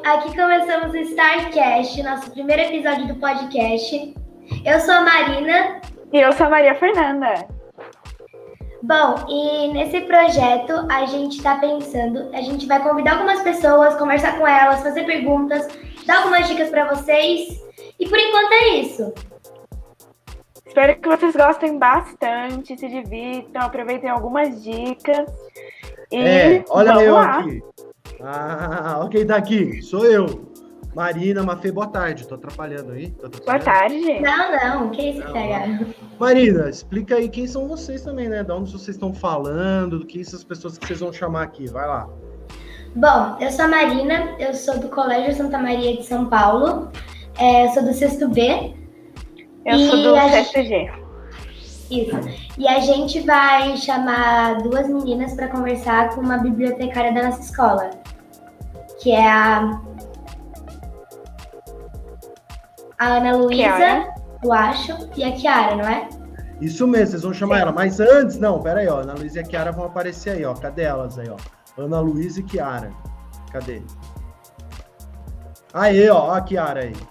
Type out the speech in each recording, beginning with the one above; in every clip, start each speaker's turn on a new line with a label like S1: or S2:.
S1: Aqui começamos o StarCast, nosso primeiro episódio do podcast. Eu sou a Marina.
S2: E eu sou a Maria Fernanda.
S1: Bom, e nesse projeto a gente está pensando, a gente vai convidar algumas pessoas, conversar com elas, fazer perguntas, dar algumas dicas para vocês. E por enquanto é isso.
S2: Espero que vocês gostem bastante, se divirtam, aproveitem algumas dicas. E
S3: olha
S2: vamos
S3: eu
S2: lá.
S3: aqui. Quem tá aqui? Sou eu. Marina, Mafê, boa tarde. Tô atrapalhando aí?
S2: Boa tarde.
S1: Não, que isso que tá.
S3: Marina, explica aí quem são vocês também, né? De onde vocês estão falando, do que essas pessoas que vocês vão chamar aqui. Vai lá.
S1: Bom, eu sou a Marina, eu sou do Colégio Santa Maria de São Paulo, eu sou do 6º B.
S2: Eu sou do 6º G.
S1: Isso. E a gente vai chamar duas meninas para conversar com uma bibliotecária da nossa escola, que é a Ana Luísa, eu acho, e a Kiara, não é?
S3: Isso mesmo, vocês vão chamar ela. Mas antes, não, pera aí, ó. Ana Luísa e a Kiara vão aparecer aí, ó. Cadê elas aí, ó? Ana Luísa e Kiara. Cadê? Aí, ó, a Kiara aí.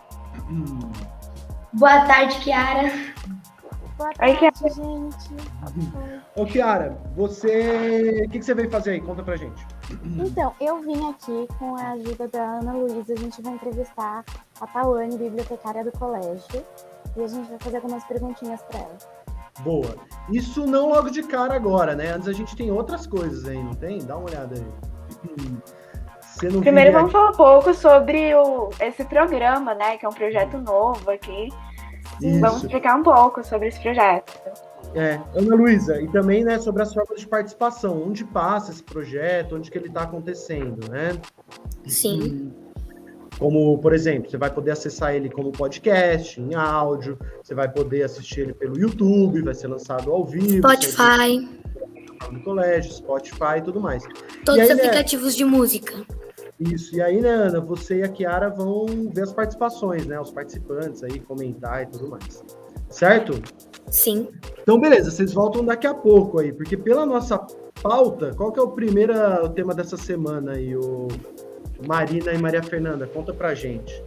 S1: Boa tarde, Kiara.
S4: Boa tarde, gente.
S3: Ô, Kiara, você... O que você veio fazer aí? Conta pra gente.
S4: Então, eu vim aqui com a ajuda da Ana Luísa. A gente vai entrevistar a Tawane, bibliotecária do colégio. E a gente vai fazer algumas perguntinhas pra ela.
S3: Boa. Isso não logo de cara agora, né? Antes a gente tem outras coisas aí, não tem? Dá uma olhada aí.
S2: Primeiro vamos falar um pouco sobre esse programa, né? Que é um projeto novo aqui.
S3: Isso.
S2: Vamos explicar um pouco sobre esse projeto.
S3: Ana Luísa, e também, né, sobre as formas de participação, onde passa esse projeto, onde que ele está acontecendo, né?
S1: Sim.
S3: Como, por exemplo, você vai poder acessar ele como podcast, em áudio, você vai poder assistir ele pelo YouTube, vai ser lançado ao vivo.
S1: Spotify.
S3: No colégio, Spotify e tudo mais.
S1: Todos os aplicativos de música.
S3: Isso, e aí, né, Ana, você e a Kiara vão ver as participações, né, os participantes aí, comentar e tudo mais. Certo?
S1: Sim.
S3: Então, beleza, vocês voltam daqui a pouco aí, porque pela nossa pauta, qual que é o tema dessa semana aí, o Marina e Maria Fernanda? Conta pra gente.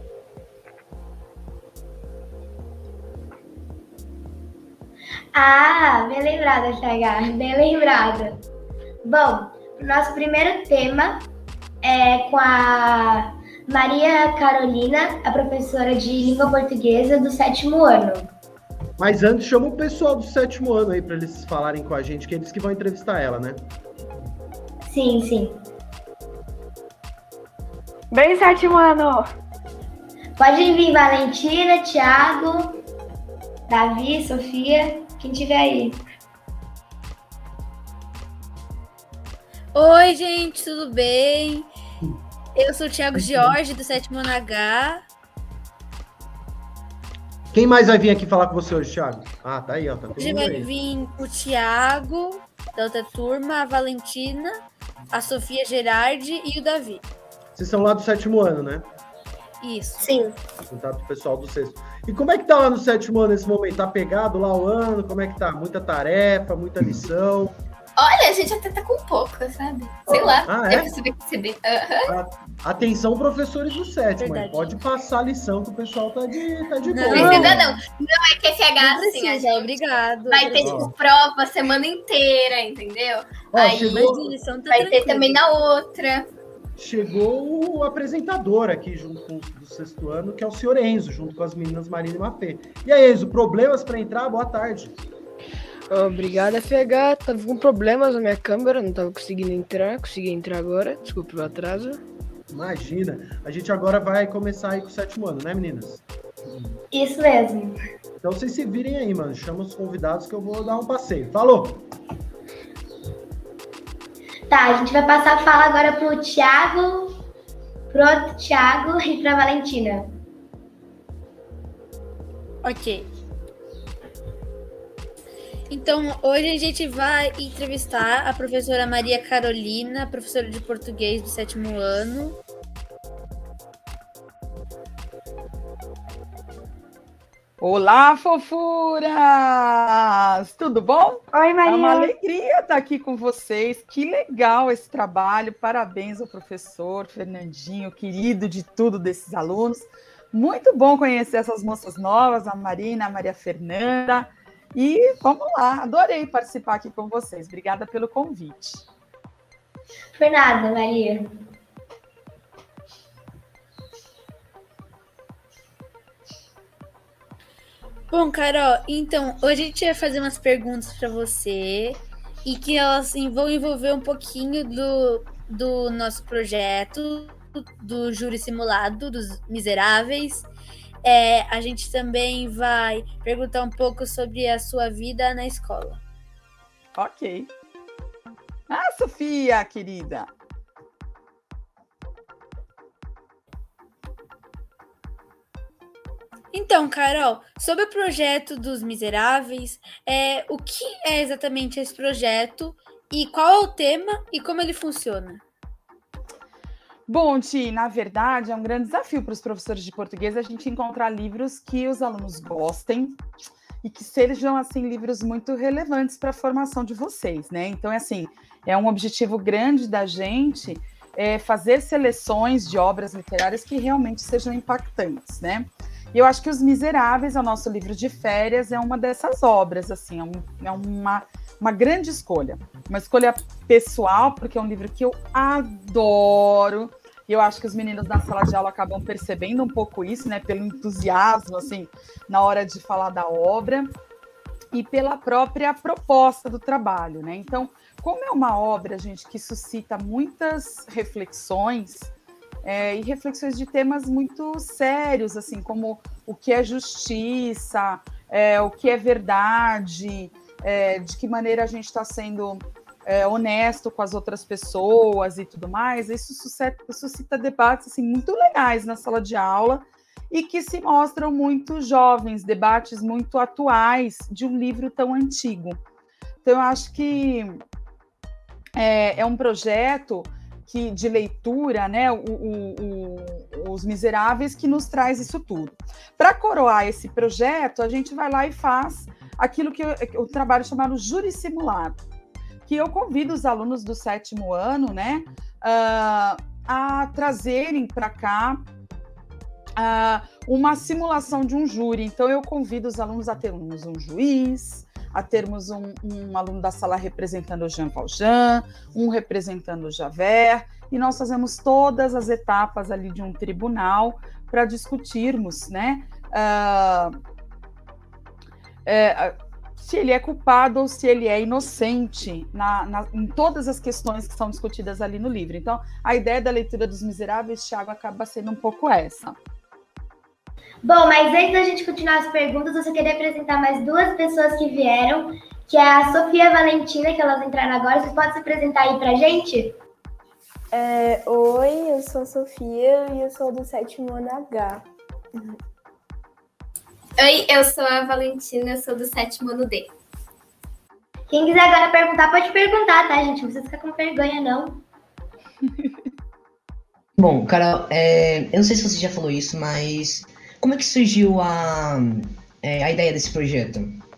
S1: Bem lembrada, TH, bem lembrada. Bom, o nosso primeiro tema é com a Maria Carolina, a professora de língua portuguesa do 7º ano.
S3: Mas antes, chama o pessoal do 7º ano aí para eles falarem com a gente, que é eles que vão entrevistar ela, né?
S1: Sim.
S2: Bem, 7º ano!
S1: Pode vir Valentina, Thiago, Davi, Sofia, quem tiver aí.
S5: Oi, gente, tudo bem? Eu sou o Thiago Jorge, do 7º ano H.
S3: Quem mais vai vir aqui falar com você hoje, Thiago? Tá aí, ó. Tá
S5: Hoje vai vir o Thiago, da outra turma, a Valentina, a Sofia Gerardi e o Davi.
S3: Vocês são lá do 7º ano, né?
S5: Isso.
S1: Sim.
S3: Contato pro pessoal do 6º. E como é que tá lá no 7º ano nesse momento? Tá pegado lá o ano? Como é que tá? Muita tarefa, muita lição?
S6: Olha, a gente até tá com pouco, sabe? Sei lá.
S3: É?
S6: Você vai perceber.
S3: Atenção, professores do 7º, mas pode passar a lição que o pessoal tá de boa.
S6: Não precisa, não. Não é que esse H,
S5: Não
S6: assim,
S5: precisa,
S6: a gente
S5: obrigado.
S6: vai ter, tipo, prova a semana inteira, entendeu? Aí vai ter também na outra.
S3: Chegou o apresentador aqui, junto com o do 6º ano, que é o senhor Enzo, junto com as meninas Marina e Mafê. E aí, Enzo, problemas para entrar? Boa tarde.
S7: Obrigado, FH. Tava com problemas na minha câmera, não tava conseguindo entrar. Consegui entrar agora, desculpe o atraso.
S3: Imagina. A gente agora vai começar aí com o 7º ano, né, meninas?
S1: Isso mesmo.
S3: Então vocês se virem aí, mano. Chama os convidados que eu vou dar um passeio. Falou!
S1: Tá, a gente vai passar a fala agora pro Thiago e pra Valentina.
S5: Ok. Então, hoje a gente vai entrevistar a professora Maria Carolina, professora de português do 7º ano.
S8: Olá, fofuras! Tudo bom?
S2: Oi, Maria.
S8: É uma alegria estar aqui com vocês. Que legal esse trabalho. Parabéns ao professor Fernandinho, querido de tudo desses alunos. Muito bom conhecer essas moças novas, a Marina, a Maria Fernanda. E vamos lá, adorei participar aqui com vocês. Obrigada pelo convite.
S1: Foi nada, Maria.
S5: Bom, Carol, então, hoje a gente vai fazer umas perguntas para você e que elas vão envolver um pouquinho do nosso projeto, do Júri Simulado, dos Miseráveis. A gente também vai perguntar um pouco sobre a sua vida na escola.
S8: Ok. Sofia, querida.
S5: Então, Carol, sobre o projeto dos Miseráveis, o que é exatamente esse projeto e qual é o tema e como ele funciona?
S8: Bom, Ti, na verdade, é um grande desafio para os professores de português a gente encontrar livros que os alunos gostem e que sejam, assim, livros muito relevantes para a formação de vocês, né? Então, é um objetivo grande da gente fazer seleções de obras literárias que realmente sejam impactantes, né? E eu acho que Os Miseráveis, é o nosso livro de férias, é uma dessas obras, assim, é uma grande escolha. Uma escolha pessoal, porque é um livro que eu adoro. E eu acho que os meninos na sala de aula acabam percebendo um pouco isso, né? Pelo entusiasmo, assim, na hora de falar da obra. E pela própria proposta do trabalho, né? Então, como é uma obra, gente, que suscita muitas reflexões, e reflexões de temas muito sérios, assim, como o que é justiça, o que é verdade, de que maneira a gente está sendo honesto com as outras pessoas e tudo mais. Isso suscita debates assim, muito legais na sala de aula e que se mostram muito jovens, debates muito atuais de um livro tão antigo. Então, eu acho que é um projeto de leitura, né, Os Miseráveis, que nos traz isso tudo. Para coroar esse projeto, a gente vai lá e faz aquilo que o trabalho chamado Júri Simulado, que eu convido os alunos do 7º ano, né, a trazerem para cá uma simulação de um júri. Então, eu convido os alunos a termos um juiz, a termos um aluno da sala representando o Jean Valjean, um representando o Javert, e nós fazemos todas as etapas ali de um tribunal para discutirmos, né, se ele é culpado ou se ele é inocente em todas as questões que são discutidas ali no livro. Então, a ideia da leitura dos Miseráveis, Thiago, acaba sendo um pouco essa.
S1: Bom, mas antes da gente continuar as perguntas, eu só queria apresentar mais duas pessoas que vieram, que é a Sofia e a Valentina, que elas entraram agora. Vocês podem se apresentar aí pra gente?
S9: Oi, eu sou a Sofia e eu sou do 7º ano H.
S6: Oi, eu sou a Valentina, eu sou do 7º ano D.
S1: Quem quiser agora perguntar, pode perguntar, tá, gente? Não precisa ficar com vergonha, não.
S10: Bom, Carol, eu não sei se você já falou isso, mas como é que surgiu a ideia desse projeto?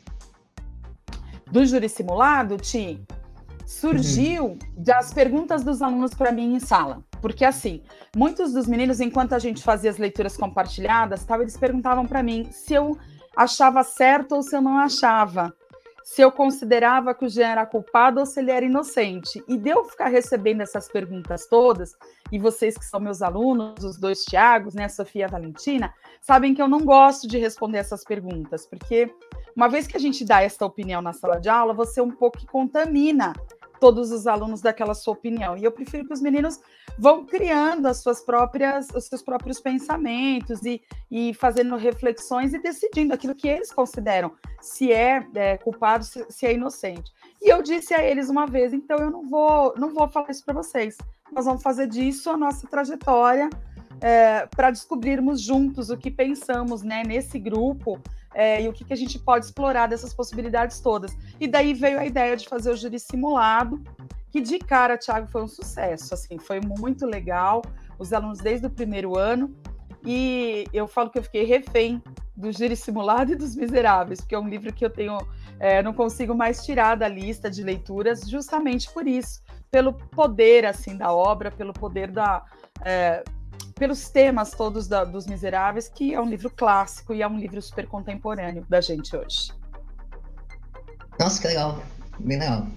S8: Do Júri Simulado, Ti? Surgiu das perguntas dos alunos para mim em sala. Porque, assim, muitos dos meninos, enquanto a gente fazia as leituras compartilhadas, eles perguntavam para mim se eu achava certo ou se eu não achava. Se eu considerava que o Jean era culpado ou se ele era inocente. E de eu ficar recebendo essas perguntas todas, e vocês que são meus alunos, os dois Thiagos, né, a Sofia e a Valentina, sabem que eu não gosto de responder essas perguntas, porque uma vez que a gente dá essa opinião na sala de aula, você um pouco contamina todos os alunos daquela sua opinião. E eu prefiro que os meninos vão criando os seus próprios pensamentos e fazendo reflexões e decidindo aquilo que eles consideram, se é culpado, se é inocente. E eu disse a eles uma vez, então eu não vou falar isso para vocês. Nós vamos fazer disso a nossa trajetória para descobrirmos juntos o que pensamos, né, nesse grupo, e o que a gente pode explorar dessas possibilidades todas. E daí veio a ideia de fazer o Júri Simulado, que de cara, Thiago, foi um sucesso, assim, foi muito legal, os alunos desde o 1º ano, e eu falo que eu fiquei refém do Júri Simulado e dos Miseráveis, porque é um livro que eu tenho, não consigo mais tirar da lista de leituras, justamente por isso, pelo poder assim da obra, pelo poder pelos temas todos dos Miseráveis, que é um livro clássico e é um livro super contemporâneo da gente hoje.
S10: Nossa, que legal, bem legal.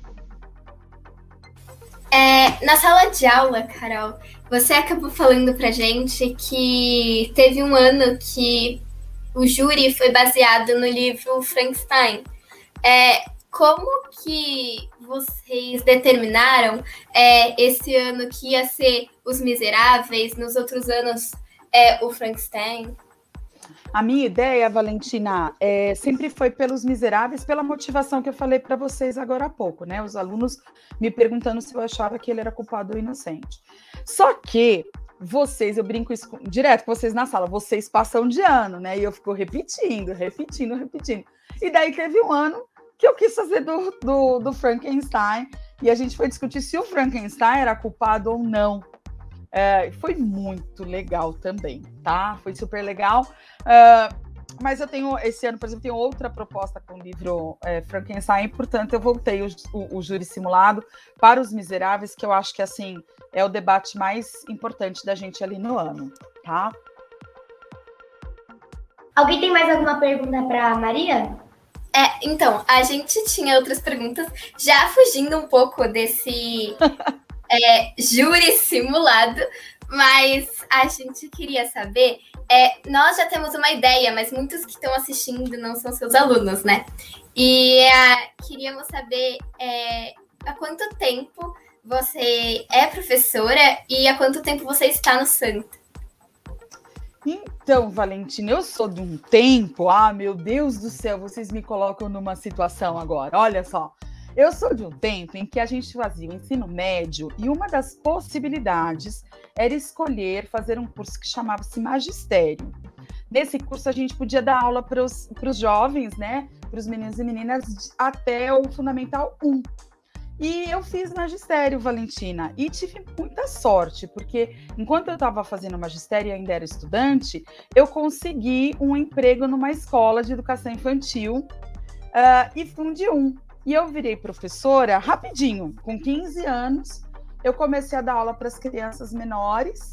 S6: Na sala de aula, Carol, você acabou falando pra gente que teve um ano que o júri foi baseado no livro Frankenstein. Como que vocês determinaram esse ano que ia ser Os Miseráveis, nos outros anos o Frankenstein?
S8: A minha ideia, Valentina, sempre foi pelos Miseráveis, pela motivação que eu falei para vocês agora há pouco, né? Os alunos me perguntando se eu achava que ele era culpado ou inocente. Só que vocês, eu brinco isso direto com vocês na sala, vocês passam de ano, né? E eu fico repetindo. E daí teve um ano que eu quis fazer do Frankenstein, e a gente foi discutir se o Frankenstein era culpado ou não. Foi muito legal também, tá? Foi super legal. Mas eu tenho, esse ano, por exemplo, tenho outra proposta com o livro Frankenstein, portanto, eu voltei o Júri Simulado para Os Miseráveis, que eu acho que, assim, é o debate mais importante da gente ali no ano, tá?
S1: Alguém tem mais alguma pergunta para a Maria?
S6: Então, a gente tinha outras perguntas, já fugindo um pouco desse júri simulado, mas a gente queria saber, nós já temos uma ideia, mas muitos que estão assistindo não são seus alunos, né? E queríamos saber há quanto tempo você é professora e há quanto tempo você está no Santa?
S8: Então, Valentina, eu sou de um tempo, meu Deus do céu, vocês me colocam numa situação agora, olha só. Eu sou de um tempo em que a gente fazia o ensino médio e uma das possibilidades era escolher fazer um curso que chamava-se magistério. Nesse curso a gente podia dar aula para os jovens, né, para os meninos e meninas até o Fundamental 1. E eu fiz magistério, Valentina, e tive muita sorte, porque enquanto eu estava fazendo magistério e ainda era estudante, eu consegui um emprego numa escola de educação infantil e Fundi 1. E eu virei professora rapidinho, com 15 anos, eu comecei a dar aula para as crianças menores,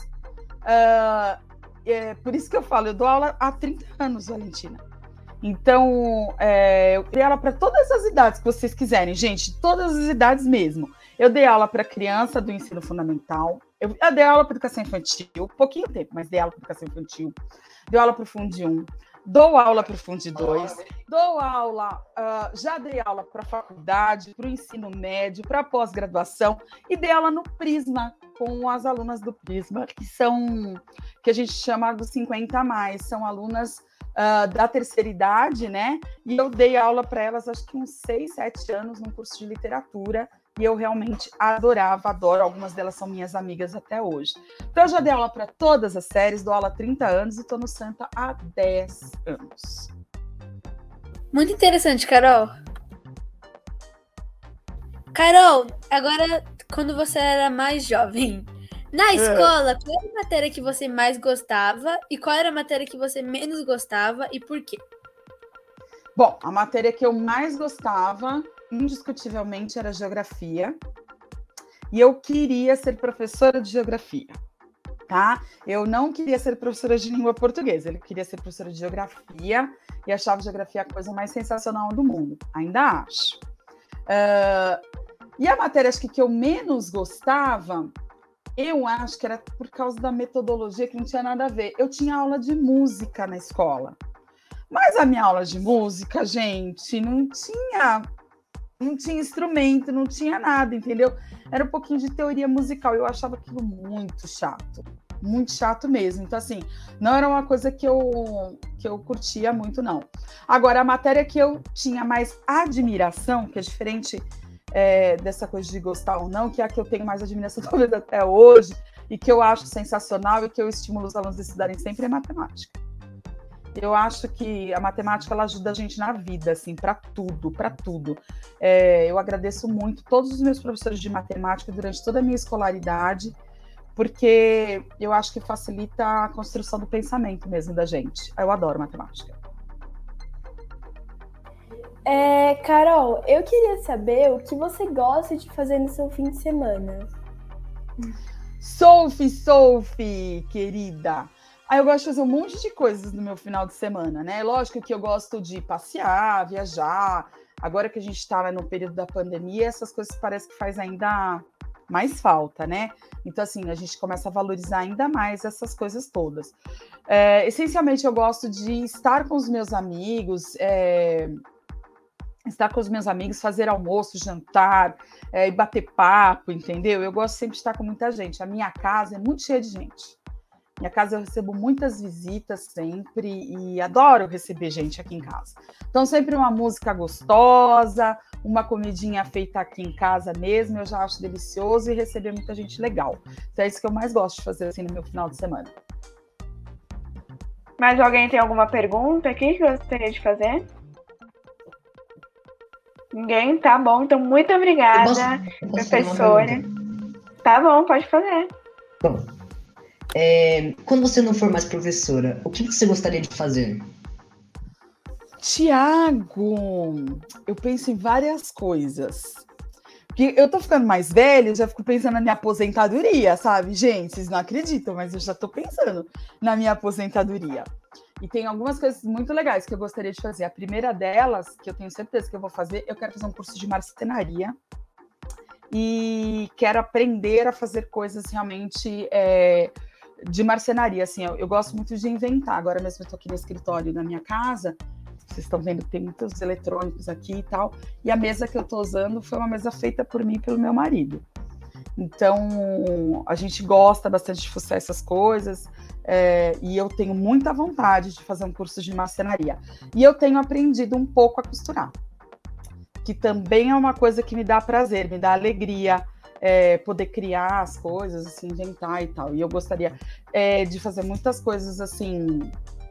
S8: por isso que eu falo, eu dou aula há 30 anos, Valentina. Então, eu dei aula para todas as idades que vocês quiserem, gente, todas as idades mesmo. Eu dei aula para criança do ensino fundamental, eu dei aula para educação infantil, pouquinho tempo, mas dei aula para educação infantil, dei aula para o Fundi 1, dou aula para o Fundi 2, dou aula, já dei aula para a faculdade, para o ensino médio, para a pós-graduação, e dei aula no Prisma, com as alunas do Prisma, que a gente chama dos 50+, são alunas da terceira idade, né? E eu dei aula para elas, acho que uns 6, 7 anos, num curso de literatura, e eu realmente adoro, algumas delas são minhas amigas até hoje. Então, eu já dei aula para todas as séries, dou aula há 30 anos e estou no Santa há 10 anos.
S5: Muito interessante, Carol. Carol, agora, quando você era mais jovem, na escola, qual era a matéria que você mais gostava e qual era a matéria que você menos gostava e por quê?
S8: Bom, a matéria que eu mais gostava, indiscutivelmente, era geografia. E eu queria ser professora de geografia, tá? Eu não queria ser professora de língua portuguesa, eu queria ser professora de geografia e achava geografia a coisa mais sensacional do mundo. Ainda acho. E a matéria, acho que eu menos gostava, eu acho que era por causa da metodologia, que não tinha nada a ver. Eu tinha aula de música na escola. Mas a minha aula de música, gente, não tinha instrumento, não tinha nada, entendeu? Era um pouquinho de teoria musical. Eu achava aquilo muito chato mesmo. Então, assim, não era uma coisa que eu curtia muito, não. Agora, a matéria que eu tinha mais admiração, que é diferente dessa coisa de gostar ou não, que é a que eu tenho mais admiração talvez até hoje, e que eu acho sensacional e que eu estimulo os alunos a estudarem sempre, é matemática. Eu acho que a matemática, ela ajuda a gente na vida, assim, para tudo. Eu agradeço muito todos os meus professores de matemática durante toda a minha escolaridade, porque eu acho que facilita a construção do pensamento mesmo da gente. Eu adoro matemática.
S9: Carol, eu queria saber o que você gosta de fazer no seu fim de semana.
S8: Sophie, querida. Eu gosto de fazer um monte de coisas no meu final de semana, né? Lógico que eu gosto de passear, viajar. Agora que a gente está no período da pandemia, essas coisas parece que faz ainda mais falta, né? Então, assim, a gente começa a valorizar ainda mais essas coisas todas. Essencialmente, eu gosto de estar com os meus amigos, fazer almoço, jantar, e bater papo, entendeu? Eu gosto sempre de estar com muita gente. A minha casa é muito cheia de gente. Minha casa eu recebo muitas visitas sempre e adoro receber gente aqui em casa. Então, sempre uma música gostosa, uma comidinha feita aqui em casa mesmo, eu já acho delicioso e receber muita gente legal. Então, é isso que eu mais gosto de fazer assim no meu final de semana.
S2: Mas alguém tem alguma pergunta aqui que gostaria de fazer? Ninguém? Tá bom. Então, muito obrigada, professora. Tá bom, pode fazer.
S10: Bom, quando você não for mais professora, o que você gostaria de fazer?
S8: Tiago, eu penso em várias coisas. Porque eu tô ficando mais velha, eu já fico pensando na minha aposentadoria, sabe? Gente, vocês não acreditam, mas eu já tô pensando na minha aposentadoria. E tem algumas coisas muito legais que eu gostaria de fazer. A primeira delas, que eu tenho certeza que eu vou fazer, eu quero fazer um curso de marcenaria. E quero aprender a fazer coisas realmente de marcenaria. Assim, eu gosto muito de inventar. Agora mesmo eu estou aqui no escritório da minha casa. Vocês estão vendo que tem muitos eletrônicos aqui e tal. E a mesa que eu estou usando foi uma mesa feita por mim e pelo meu marido. Então, a gente gosta bastante de fuçar essas coisas. E eu tenho muita vontade de fazer um curso de marcenaria. E eu tenho aprendido um pouco a costurar, que também é uma coisa que me dá prazer, me dá alegria, poder criar as coisas, assim, inventar e tal. E eu gostaria de fazer muitas coisas assim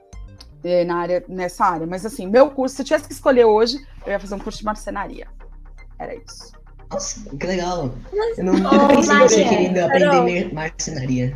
S8: nessa área. Mas assim, meu curso, se eu tivesse que escolher hoje, eu ia fazer um curso de marcenaria. Era isso.
S10: Nossa, que legal. Eu nunca pensei em você querendo aprender marcenaria.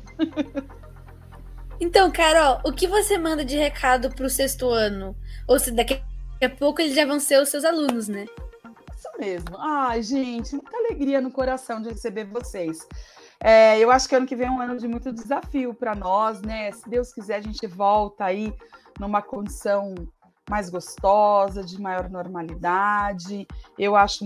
S5: Então, Carol, o que você manda de recado pro sexto ano? Ou se daqui a pouco eles já vão ser os seus alunos, né?
S8: Isso mesmo. Ai, gente, muita alegria no coração de receber vocês. Eu acho que ano que vem é um ano de muito desafio para nós, né? Se Deus quiser, a gente volta aí numa condição mais gostosa, de maior normalidade. Eu acho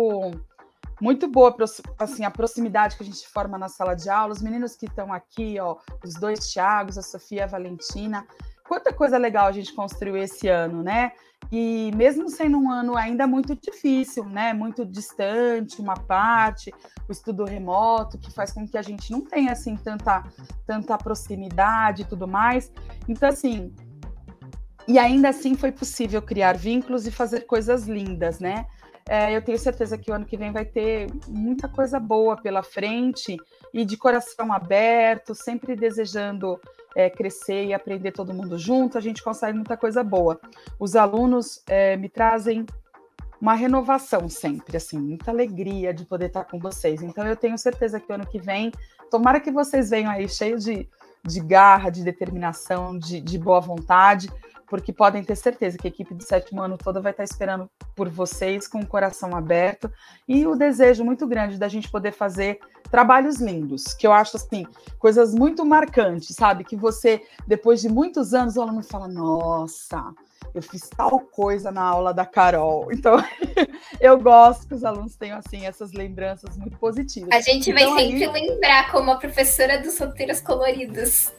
S8: muito boa, assim, a proximidade que a gente forma na sala de aula. Os meninos que estão aqui, ó, os dois Thiagos, a Sofia e a Valentina. Quanta coisa legal a gente construiu esse ano, né? E mesmo sendo um ano ainda muito difícil, né? Muito distante, uma parte, o estudo remoto, que faz com que a gente não tenha, assim, tanta proximidade e tudo mais. Então, assim, e ainda assim foi possível criar vínculos e fazer coisas lindas, né? Eu tenho certeza que o ano que vem vai ter muita coisa boa pela frente e de coração aberto, sempre desejando crescer e aprender todo mundo junto, a gente consegue muita coisa boa. Os alunos me trazem uma renovação sempre, assim, muita alegria de poder estar com vocês. Então eu tenho certeza que o ano que vem, tomara que vocês venham aí cheios de garra, de determinação, de boa vontade, porque podem ter certeza que a equipe do sétimo ano toda vai estar esperando por vocês com o coração aberto e o desejo muito grande da gente poder fazer trabalhos lindos, que eu acho, assim, coisas muito marcantes, sabe? Que você, depois de muitos anos, o aluno fala, nossa, eu fiz tal coisa na aula da Carol. Então, eu gosto que os alunos tenham, assim, essas lembranças muito positivas.
S6: A gente vai sempre lembrar como a professora dos roteiros coloridos.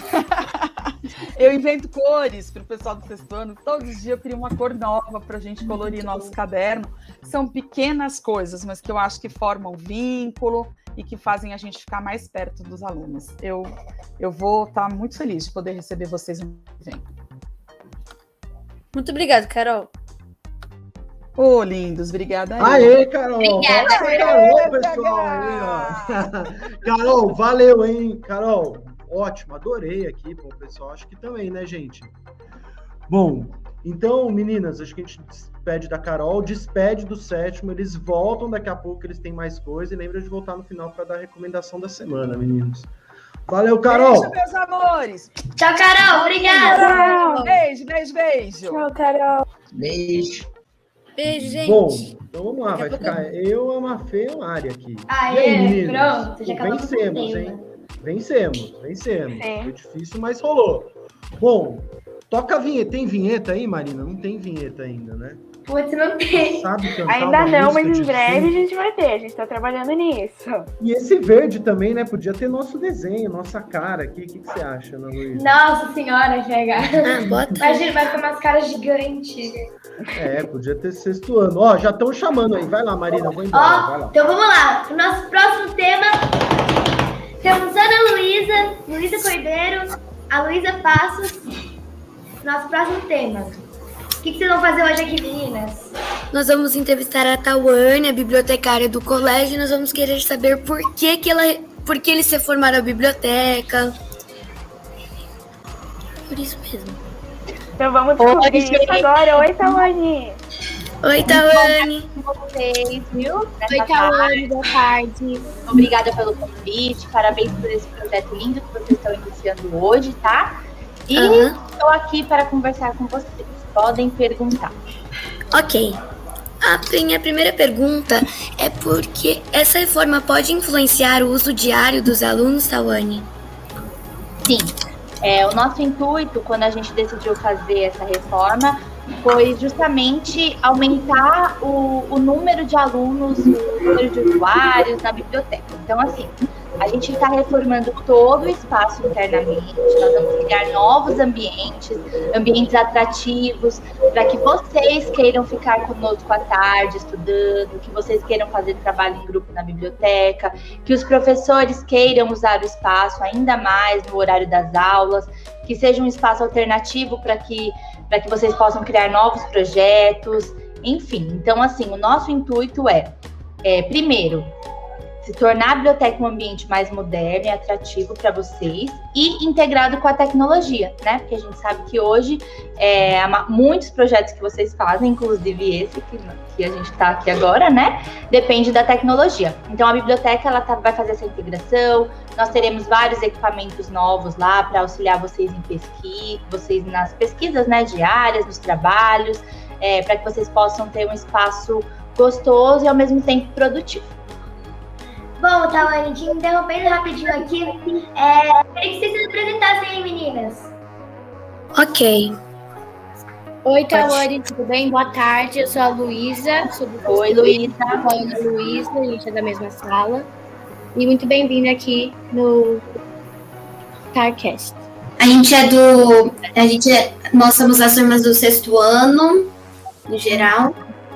S8: Eu invento cores para o pessoal do sexto ano. Todos os dias eu crio uma cor nova para a gente colorir nosso caderno. São pequenas coisas, mas que eu acho que formam vínculo e que fazem a gente ficar mais perto dos alunos. Eu vou estar muito feliz de poder receber vocês no evento.
S5: Muito obrigada, Carol.
S8: Ô, lindos, obrigada aí.
S3: Aê, Carol!
S6: Obrigada,
S3: Carol, pessoal! Aí, ó. Carol, valeu, hein? Carol, ótimo, adorei aqui, bom, pessoal, acho que também, né, gente? Bom, Então, meninas, acho que a gente despede da Carol, despede do 7º, eles voltam daqui a pouco, eles têm mais coisa, e lembra de voltar no final para dar a recomendação da semana, meninos. Valeu, Carol!
S8: Beijo, meus amores!
S1: Tchau, Carol! Obrigada!
S8: Beijo, beijo, beijo!
S9: Tchau, Carol!
S10: Beijo!
S5: Beijo, gente!
S3: Bom, então vamos lá, vai ficar eu, a Mafê e a Mari aqui.
S1: Aê,
S3: e aí, meninos?
S1: pronto, já acabamos com o
S3: Vencemos,
S1: tema.
S3: hein? Vencemos.
S2: Sim.
S3: Foi difícil, mas rolou. Bom, toca a vinheta. Tem vinheta aí, Marina? Não tem vinheta ainda, né?
S1: Putz, não tem.
S3: Sabe cantar
S2: Ainda
S3: uma
S2: não,
S3: música
S2: mas em
S3: de
S2: breve a
S3: fundo?
S2: gente vai ter. A gente tá trabalhando nisso.
S3: E esse verde também, né? Podia ter nosso desenho, nossa cara aqui. O que você acha, Ana Luísa?
S1: Nossa senhora, chega.
S5: Bota.
S1: Imagina, vai ficar umas caras gigantes.
S3: Podia ter 6º ano. Ó, já estão chamando aí. Vai lá, Marina, eu vou embora. Vai
S1: Ó,
S3: lá.
S1: então vamos lá. O nosso próximo tema, temos Ana Luísa, Luísa Cordeiro, a Luísa Passos. Nosso próximo tema. O que vocês vão fazer hoje aqui, meninas?
S5: Nós vamos entrevistar a Tawane, a bibliotecária do colégio, e nós vamos querer saber por que eles se formaram a biblioteca. Por isso mesmo.
S2: Então vamos descobrir isso agora. Oi, Tawane!
S5: Oi, Tawane!
S11: Vocês, viu?
S4: Oi, Tawane, boa tarde.
S11: Obrigada pelo convite, parabéns por esse projeto lindo que vocês estão iniciando hoje, tá? E estou aqui para conversar com vocês. Podem perguntar.
S5: Ok. A minha primeira pergunta é porque essa reforma pode influenciar o uso diário dos alunos, Tawane?
S11: Sim. O nosso intuito, quando a gente decidiu fazer essa reforma, foi justamente aumentar o número de alunos, o número de usuários na biblioteca. Então, assim, a gente está reformando todo o espaço internamente, nós vamos criar novos ambientes atrativos, para que vocês queiram ficar conosco à tarde estudando, que vocês queiram fazer trabalho em grupo na biblioteca, que os professores queiram usar o espaço ainda mais no horário das aulas, que seja um espaço alternativo para que vocês possam criar novos projetos, enfim. Então, assim, o nosso intuito primeiro, se tornar a biblioteca um ambiente mais moderno e atrativo para vocês e integrado com a tecnologia, né? Porque a gente sabe que hoje muitos projetos que vocês fazem, inclusive esse que a gente está aqui agora, né? Depende da tecnologia. Então a biblioteca vai fazer essa integração. Nós teremos vários equipamentos novos lá para auxiliar vocês nas pesquisas, né, diárias, nos trabalhos, para que vocês possam ter um espaço gostoso e ao mesmo tempo produtivo.
S1: Bom, Tawane, te interrompendo rapidinho aqui, queria que vocês se apresentassem aí, meninas.
S5: Ok.
S4: Oi, Tawane, tudo bem? Boa tarde, eu sou a Luísa.
S11: Oi, Luísa.
S4: Sou a Ana Luísa, a gente é da mesma sala. E muito bem-vinda aqui no Starcast.
S6: Nós somos as turmas do 6º ano, no geral.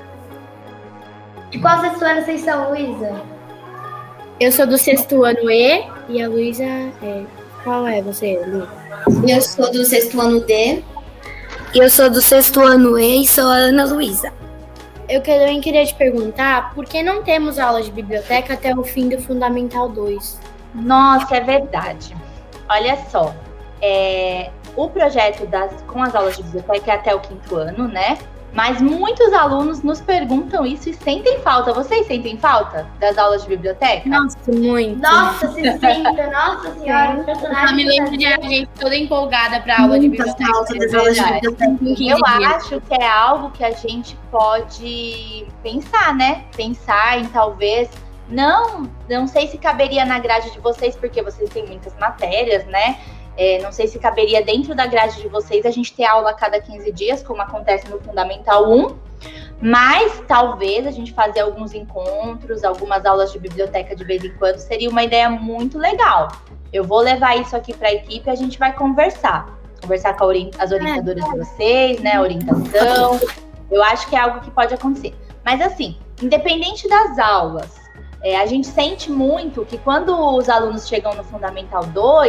S1: De qual 6º ano vocês são, Luísa?
S4: Eu sou do 6º ano E e a Luísa qual é você, Lu?
S6: Eu sou do 6º ano D.
S5: Eu sou do 6º ano E e sou a Ana Luísa.
S4: Eu também queria te perguntar por que não temos aula de biblioteca até o fim do Fundamental 2?
S11: Nossa, é verdade. Olha só, o projeto com as aulas de biblioteca é até o 5º ano, né? Mas muitos alunos nos perguntam isso e sentem falta. Vocês sentem falta das aulas de biblioteca?
S4: Nossa, muito.
S1: Nossa, se senta, nossa senhora.
S4: Eu me lembro de a gente toda empolgada para aula de biblioteca.
S11: Eu acho que é algo que a gente pode pensar, né? Pensar em talvez... Não sei se caberia na grade de vocês, porque vocês têm muitas matérias, né? Não sei se caberia dentro da grade de vocês a gente ter aula a cada 15 dias, como acontece no Fundamental 1, mas talvez a gente fazer alguns encontros, algumas aulas de biblioteca de vez em quando, seria uma ideia muito legal. Eu vou levar isso aqui para a equipe e a gente vai conversar com as orientadoras de vocês, né, orientação. Eu acho que é algo que pode acontecer. Mas assim, independente das aulas, a gente sente muito que quando os alunos chegam no Fundamental 2,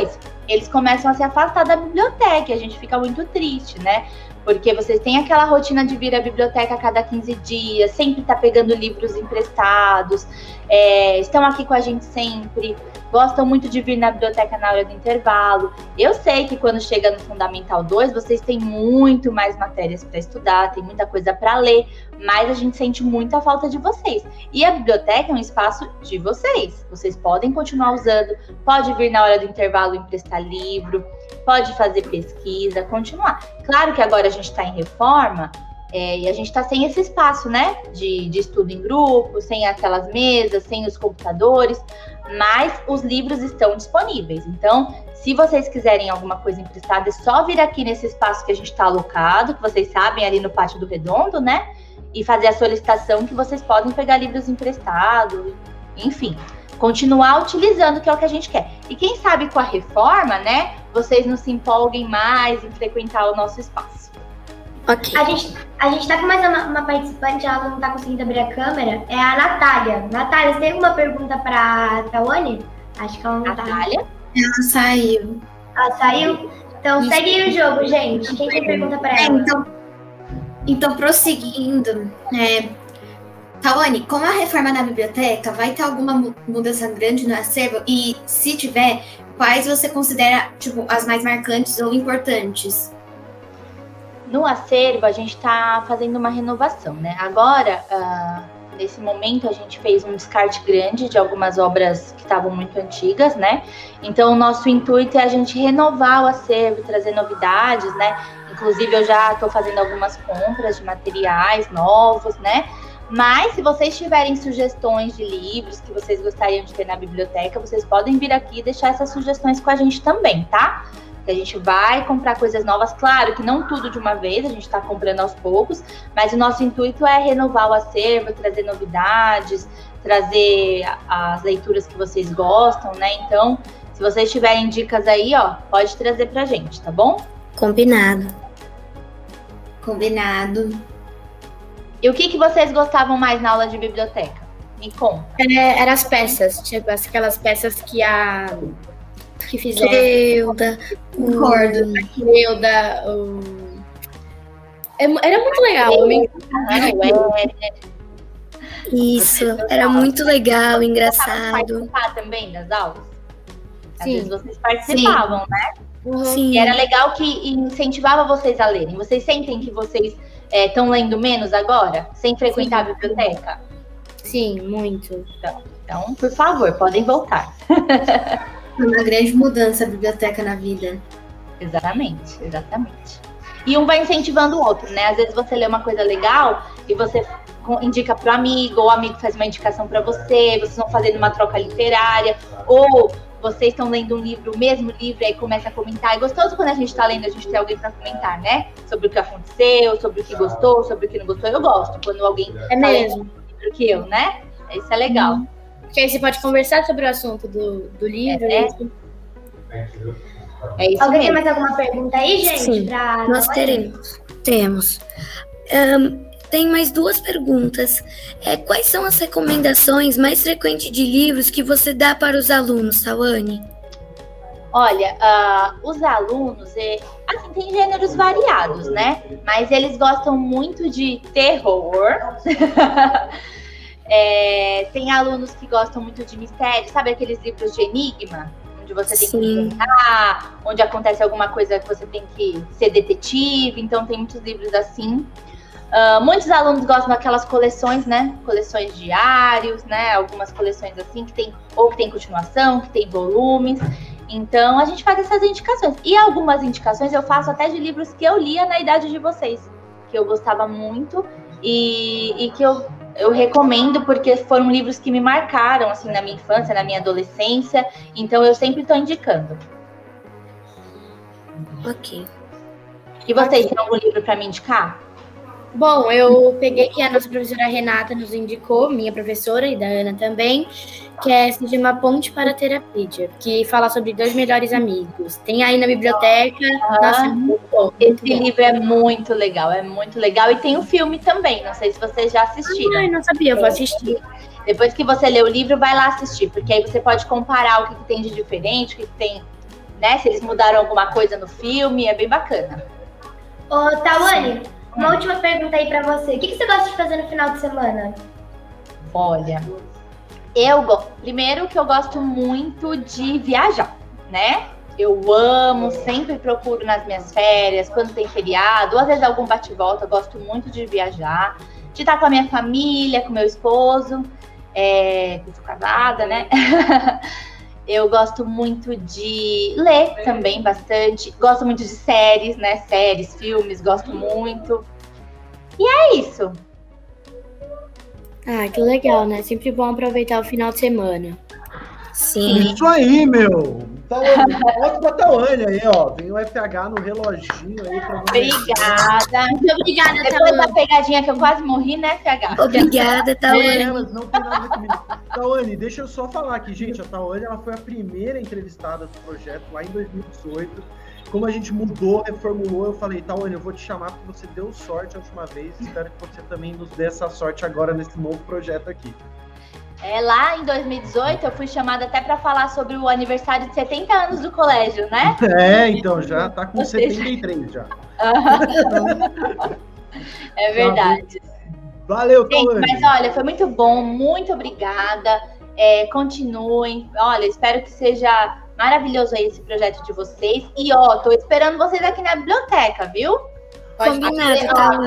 S11: eles começam a se afastar da biblioteca, e a gente fica muito triste, né? Porque vocês têm aquela rotina de vir à biblioteca a cada 15 dias, sempre tá pegando livros emprestados, estão aqui com a gente sempre, gostam muito de vir na biblioteca na hora do intervalo. Eu sei que quando chega no Fundamental 2, vocês têm muito mais matérias para estudar, tem muita coisa para ler, mas a gente sente muita falta de vocês. E a biblioteca é um espaço de vocês. Vocês podem continuar usando, pode vir na hora do intervalo emprestar livro, pode fazer pesquisa, continuar. Claro que agora a gente está em reforma e a gente está sem esse espaço, né? De estudo em grupo, sem aquelas mesas, sem os computadores, mas os livros estão disponíveis. Então, se vocês quiserem alguma coisa emprestada, é só vir aqui nesse espaço que a gente está alocado, que vocês sabem, ali no Pátio do Redondo, né? E fazer a solicitação que vocês podem pegar livros emprestados, enfim. Continuar utilizando, que é o que a gente quer. E quem sabe com a reforma, né, vocês não se empolguem mais em frequentar o nosso espaço.
S1: Ok. A gente tá com mais uma participante, ela não tá conseguindo abrir a câmera, é a Natália. Natália, você tem alguma pergunta pra Tawane? Acho que ela não tá.
S6: Natália? Ela saiu.
S1: Ela saiu? Então segue o jogo, gente. Quem tem pergunta pra ela?
S6: Então prosseguindo, Tawane, como a reforma na biblioteca, vai ter alguma mudança grande no acervo? E se tiver, quais você considera, tipo, as mais marcantes ou importantes?
S11: No acervo, a gente está fazendo uma renovação, né? Agora, nesse momento, a gente fez um descarte grande de algumas obras que estavam muito antigas, né? Então, o nosso intuito é a gente renovar o acervo, trazer novidades, né? Inclusive, eu já estou fazendo algumas compras de materiais novos, né? Mas, se vocês tiverem sugestões de livros que vocês gostariam de ter na biblioteca, vocês podem vir aqui e deixar essas sugestões com a gente também, tá? Que a gente vai comprar coisas novas, claro que não tudo de uma vez, a gente está comprando aos poucos, mas o nosso intuito é renovar o acervo, trazer novidades, trazer as leituras que vocês gostam, né? Então, se vocês tiverem dicas aí, ó, pode trazer pra gente, tá bom?
S6: Combinado.
S11: E o que vocês gostavam mais na aula de biblioteca? Me conta.
S12: Eram as peças, tipo, aquelas peças que fizeram.
S6: Creuda.
S12: Concordo. A Creuda. Era muito legal.
S6: Isso, era muito legal, engraçado.
S11: Participar também das aulas? Às
S12: Sim.
S11: vezes vocês participavam, né?
S6: Sim.
S11: E era legal que incentivava vocês a lerem. Vocês sentem que vocês estão lendo menos agora? Sem frequentar a biblioteca?
S12: Sim, muito.
S11: Então, por favor, podem voltar.
S6: Uma grande mudança a biblioteca na vida.
S11: Exatamente. E um vai incentivando o outro, né? Às vezes você lê uma coisa legal e você indica pro amigo, ou o amigo faz uma indicação para você, vocês vão fazendo uma troca literária, ou vocês estão lendo um livro, o mesmo livro, e aí começa a comentar. É gostoso quando a gente tá lendo, a gente tem alguém para comentar, né? Sobre o que aconteceu, sobre o que gostou, sobre o que não gostou. Eu gosto quando alguém
S12: É mesmo.
S11: lendo um livro que eu, né? Isso é legal.
S12: Porque aí você pode conversar sobre o assunto do livro.
S11: É isso
S1: Alguém tem
S11: mesmo.
S1: mais alguma pergunta aí, gente?
S6: Sim,
S1: pra
S6: nós
S1: Tawane?
S6: temos. Tem mais duas perguntas. Quais são as recomendações mais frequentes de livros que você dá para os alunos, Tawane?
S11: Olha, os alunos, assim, tem gêneros variados, né? Mas eles gostam muito de terror. Tem alunos que gostam muito de mistério, sabe aqueles livros de enigma? Onde você tem que pensar, onde acontece alguma coisa que você tem que ser detetive. Então, tem muitos livros assim. Muitos alunos gostam daquelas coleções, né? Coleções diários, né? Algumas coleções assim que tem continuação, que tem volumes. Então a gente faz essas indicações. E algumas indicações eu faço até de livros que eu lia na idade de vocês, que eu gostava muito e que eu recomendo porque foram livros que me marcaram assim na minha infância, na minha adolescência. Então eu sempre estou indicando.
S6: Ok.
S11: E vocês têm algum livro para me indicar?
S12: Bom, eu peguei que a nossa professora Renata nos indicou, minha professora e da Ana também, que se chama Ponte para a Terapia, que fala sobre 2 melhores amigos. Tem aí na biblioteca. Nossa, muito bom.
S11: Esse livro é muito legal, E tem um filme também, não sei se vocês já assistiram.
S12: Ai, não sabia, eu vou assistir.
S11: Depois que você lê o livro, vai lá assistir, porque aí você pode comparar o que tem de diferente, o que tem né? Se eles mudaram alguma coisa no filme, é bem bacana.
S1: Ô, Tawane, uma última pergunta aí pra você. O que você gosta de fazer no final de semana?
S11: Olha, primeiro que eu gosto muito de viajar, né? Eu amo, sempre procuro nas minhas férias, quando tem feriado, ou às vezes algum bate-volta, eu gosto muito de viajar, de estar com a minha família, com meu esposo, eu sou casada, né? Eu gosto muito de ler também bastante, gosto muito de séries, né? Séries, filmes, gosto muito. E é isso.
S12: Ah, que legal, né? Sempre bom aproveitar o final de semana.
S5: Sim.
S3: Isso aí, meu! Foto da Tawane aí, ó. Tem o FH no reloginho aí pra você.
S11: Obrigada.
S12: Muito obrigada,
S11: Depois da pegadinha que eu quase morri, né, FH?
S5: Obrigada, Tawane.
S3: Mas não tem nada a ver comigo. Tawane, deixa eu só falar aqui, gente. A Tawane, ela foi a primeira entrevistada do projeto lá em 2018. Como a gente mudou, reformulou, eu falei, Tawane, eu vou te chamar porque você deu sorte a última vez. Espero que você também nos dê essa sorte agora nesse novo projeto aqui.
S11: Lá em 2018, eu fui chamada até para falar sobre o aniversário de 70 anos do colégio, né?
S3: Então, já tá com 73 já.
S11: É verdade.
S3: Valeu, Tawane.
S11: Mas olha, foi muito bom, muito obrigada. Continuem. Olha, espero que seja maravilhoso aí esse projeto de vocês. E ó, tô esperando vocês aqui na biblioteca, viu?
S5: Combinado,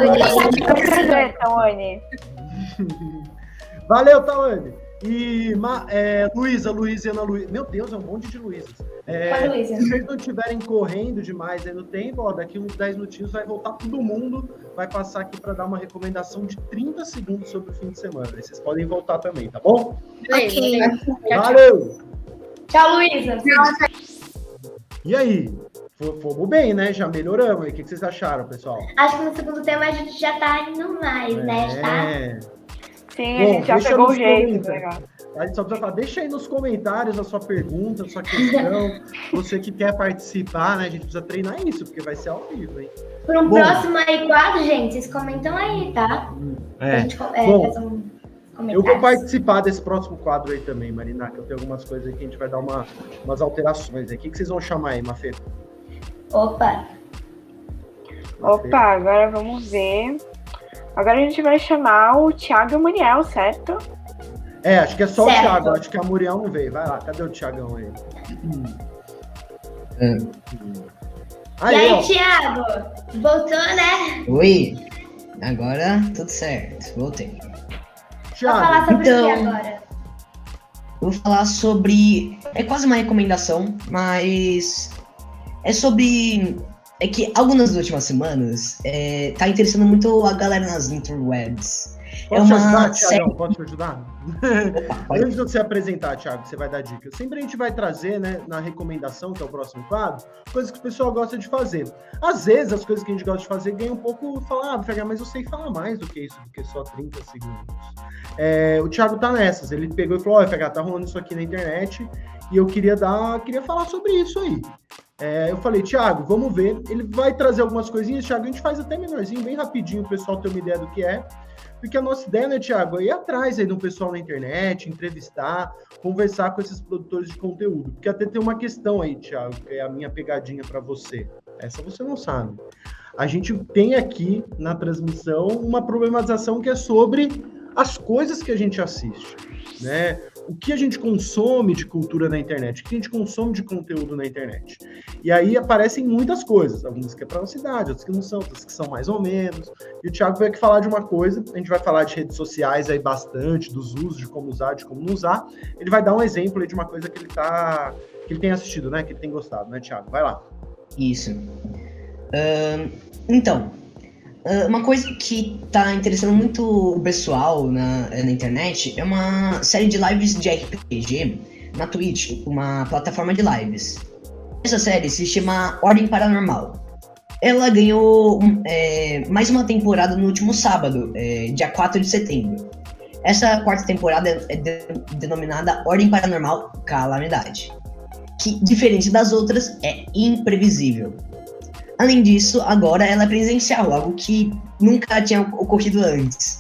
S5: Tawane.
S3: Valeu, Tawane. E Luísa e Ana Luísa. Meu Deus, é um monte de Luísas. Se vocês não estiverem correndo demais aí no tempo, ó, daqui uns 10 minutinhos vai voltar todo mundo. Vai passar aqui para dar uma recomendação de 30 segundos sobre o fim de semana. Aí vocês podem voltar também, tá bom?
S5: Ok.
S3: Valeu!
S1: Tchau, Luísa.
S3: E aí? Fomos bem, né? Já melhoramos. O que vocês acharam, pessoal?
S1: Acho que no segundo tema a gente já tá indo mais, né?
S2: Sim, a gente já pegou o jeito.
S3: A gente só precisa falar, deixa aí nos comentários a sua pergunta, a sua questão. Você que quer participar, né? A gente precisa treinar isso, porque vai ser ao vivo, hein?
S1: Por um próximo aí quadro, gente, vocês comentam aí, tá? Pra gente fazer
S3: eu vou participar desse próximo quadro aí também, Marina, que eu tenho algumas coisas aí que a gente vai dar umas alterações aí. O que vocês vão chamar aí, Mafê?
S2: Opa, agora vamos ver. Agora a gente vai chamar o Thiago e o Muriel, certo?
S3: Acho que é só certo. O Thiago. Acho que a Muriel não veio. Vai lá, cadê o Thiagão aí?
S1: E aí, Thiago? Voltou, né?
S10: Oi. Agora tudo certo. Voltei.
S3: Thiago,
S1: vou falar sobre o que agora?
S10: Eu vou falar sobre... É quase uma recomendação, mas... É sobre... É que algumas das últimas semanas tá interessando muito a galera nas interwebs.
S3: Posso te ajudar, Thiago? Posso te ajudar? Antes de você apresentar, Thiago, você vai dar dicas. Sempre a gente vai trazer, né, na recomendação, que é o próximo quadro, coisas que o pessoal gosta de fazer. Às vezes, as coisas que a gente gosta de fazer ganham um pouco... mas eu sei falar mais do que isso, do que só 30 segundos. O Thiago tá nessas. Ele pegou e falou, FH, tá rolando isso aqui na internet e eu queria falar sobre isso aí. Eu falei, Thiago, vamos ver. Ele vai trazer algumas coisinhas, Thiago, a gente faz até menorzinho, bem rapidinho, o pessoal ter uma ideia do que é. Porque a nossa ideia, né, Thiago, é ir atrás aí do pessoal na internet, entrevistar, conversar com esses produtores de conteúdo. Porque até tem uma questão aí, Thiago, que é a minha pegadinha para você. Essa você não sabe. A gente tem aqui na transmissão uma problematização que é sobre as coisas que a gente assiste, né? O que a gente consome de cultura na internet, o que a gente consome de conteúdo na internet. E aí aparecem muitas coisas, algumas que é para nossa cidade, outras que não são, outras que são mais ou menos. E o Thiago veio aqui falar de uma coisa, a gente vai falar de redes sociais aí bastante, dos usos, de como usar, de como não usar. Ele vai dar um exemplo aí de uma coisa que ele tem assistido, né? Que ele tem gostado, né, Thiago? Vai lá.
S10: Isso. Então, uma coisa que tá interessando muito o pessoal na internet é uma série de lives de RPG na Twitch, uma plataforma de lives. Essa série se chama Ordem Paranormal. Ela ganhou mais uma temporada no último sábado, dia 4 de setembro. Essa quarta temporada é denominada Ordem Paranormal Calamidade, que, diferente das outras, é imprevisível. Além disso, agora ela é presencial, algo que nunca tinha ocorrido antes.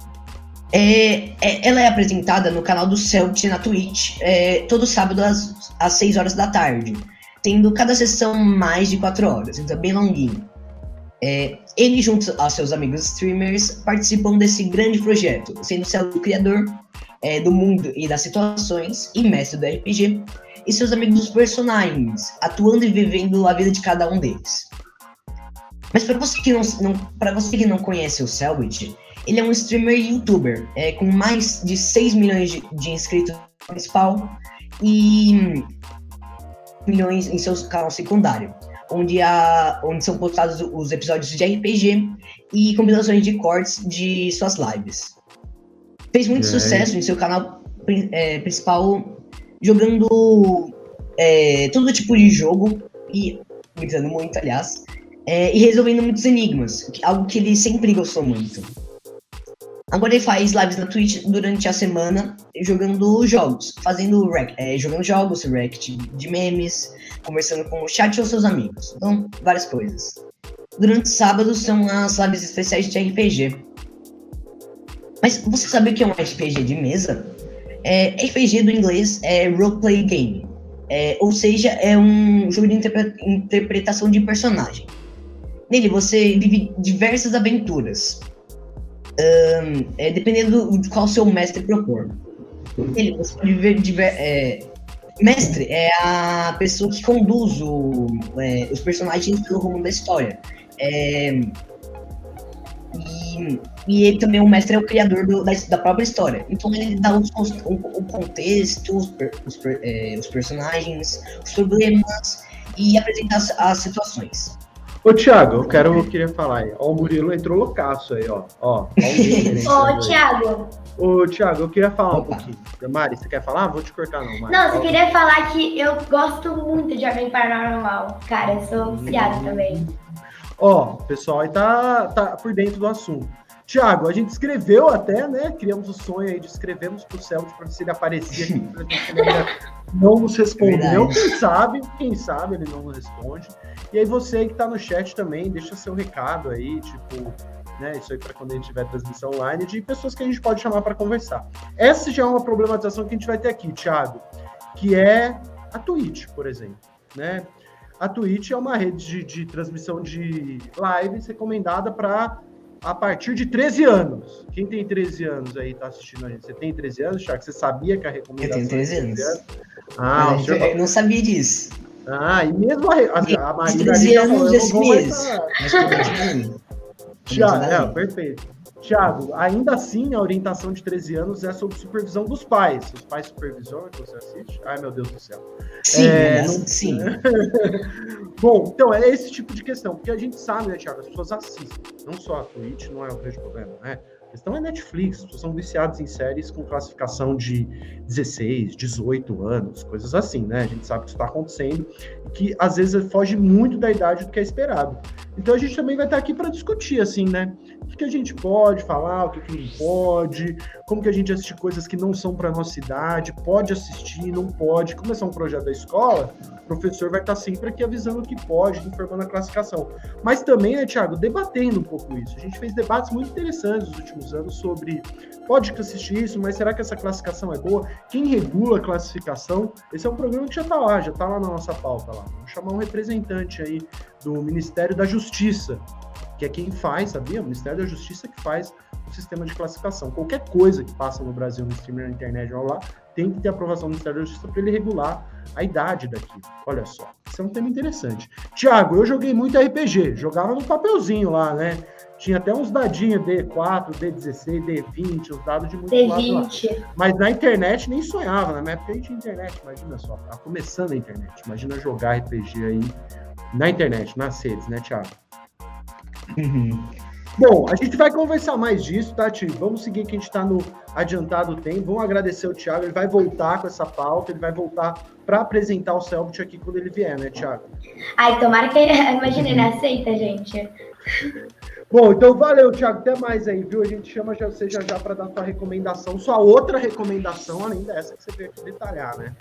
S10: Ela é apresentada no canal do Celt na Twitch, todo sábado às 6 horas da tarde. tendo cada sessão mais de 4 horas, então é bem longuinho. Ele, junto aos seus amigos streamers, participam desse grande projeto, sendo o criador do mundo e das situações e mestre do RPG, e seus amigos personagens, atuando e vivendo a vida de cada um deles. Mas para você que não conhece o Selbit, ele é um streamer e youtuber, com mais de 6 milhões de inscritos no principal e milhões em seu canal secundário, onde são postados os episódios de RPG e compilações de cortes de suas lives. Fez muito sucesso em seu canal principal, jogando todo tipo de jogo, e gritando muito, aliás, e resolvendo muitos enigmas, algo que ele sempre gostou muito. Agora ele faz lives na Twitch durante a semana, jogando jogos, jogando jogos, react de memes, conversando com o chat ou seus amigos, então várias coisas. Durante sábados são as lives especiais de RPG. Mas você sabe o que é um RPG de mesa? RPG do inglês é Roleplay Game, ou seja, é um jogo de interpretação de personagem. Nele você vive diversas aventuras, dependendo de qual seu mestre propor. Nele você pode viver mestre é a pessoa que conduz os personagens pelo rumo da história. E ele também, o mestre, é o criador da própria história. Então ele dá o contexto, os personagens, os problemas e apresenta as situações.
S3: Ô, Thiago, eu queria falar aí. Ó, o Murilo entrou loucaço aí, ó. Ó
S1: Ô, Thiago.
S3: Ô, Thiago, eu queria falar um pouquinho. Mari, você quer falar? Vou te cortar, não, Mari.
S1: Não, eu queria falar que eu gosto muito de Jovem Paranormal. Cara, eu sou viciada também.
S3: Ó, o pessoal aí tá por dentro do assunto. Thiago, a gente escreveu até, né? Criamos o sonho aí de escrevermos pro Selbit para ver se ele aparecia aqui pra gente. Ele ainda não nos respondeu. Quem sabe ele não nos responde. E aí você que tá no chat também, deixa seu recado aí, tipo, né? Isso aí para quando a gente tiver transmissão online, de pessoas que a gente pode chamar para conversar. Essa já é uma problematização que a gente vai ter aqui, Thiago, que é a Twitch, por exemplo, né? A Twitch é uma rede de transmissão de lives recomendada para a partir de 13 anos. Quem tem 13 anos aí tá assistindo a gente? Você tem 13 anos, Thiago? Você sabia que a recomendação...
S10: Eu tenho 13 anos.
S3: Ah,
S10: eu não sabia disso.
S3: Ah, e mesmo a Maria...
S10: 13 anos esse mês.
S3: Thiago, perfeito. Thiago, ainda assim, a orientação de 13 anos é sob supervisão dos pais. Os pais supervisioram que você assiste? Ai, meu Deus do céu.
S10: Sim, sim.
S3: Bom, então, é esse tipo de questão. Porque a gente sabe, né, Thiago, as pessoas assistem. Não só a Twitch, não é o grande problema, né? A questão é Netflix. As pessoas são viciadas em séries com classificação de 16, 18 anos, coisas assim, né? A gente sabe que isso está acontecendo e que, às vezes, foge muito da idade do que é esperado. Então, a gente também vai estar aqui para discutir, assim, né? O que a gente pode falar, o que não pode, como que a gente assiste coisas que não são para nossa idade, pode assistir, não pode. Como é um projeto da escola, o professor vai estar sempre aqui avisando o que pode, informando a classificação. Mas também, né, Thiago, debatendo um pouco isso. A gente fez debates muito interessantes nos últimos anos sobre pode assistir isso, mas será que essa classificação é boa? Quem regula a classificação? Esse é um programa que já está lá na nossa pauta lá. Vamos chamar um representante aí do Ministério da Justiça, que é quem faz, sabia? O Ministério da Justiça que faz o sistema de classificação. Qualquer coisa que passa no Brasil, no streamer, na internet, lá, tem que ter aprovação do Ministério da Justiça para ele regular a idade daquilo. Olha só, isso é um tema interessante. Thiago, eu joguei muito RPG, jogava no papelzinho lá, né? Tinha até uns dadinhos D4, D16, D20, uns dados de muito lado lá. Mas na internet nem sonhava, na minha época a gente tinha internet, imagina só, tá começando a internet, imagina jogar RPG aí na internet, nas redes, né, Thiago? Bom, a gente vai conversar mais disso, tá, Tio? Vamos seguir que a gente está no adiantado tempo. Vamos agradecer o Thiago, ele vai voltar com essa pauta, ele vai voltar para apresentar o Selbit aqui quando ele vier, né, Thiago?
S1: Ai, tomara que ele, imagina, ele aceita, gente.
S3: Bom, então valeu, Thiago, até mais aí, viu? A gente chama você já para dar sua recomendação, sua outra recomendação, além dessa que você veio aqui detalhar, né?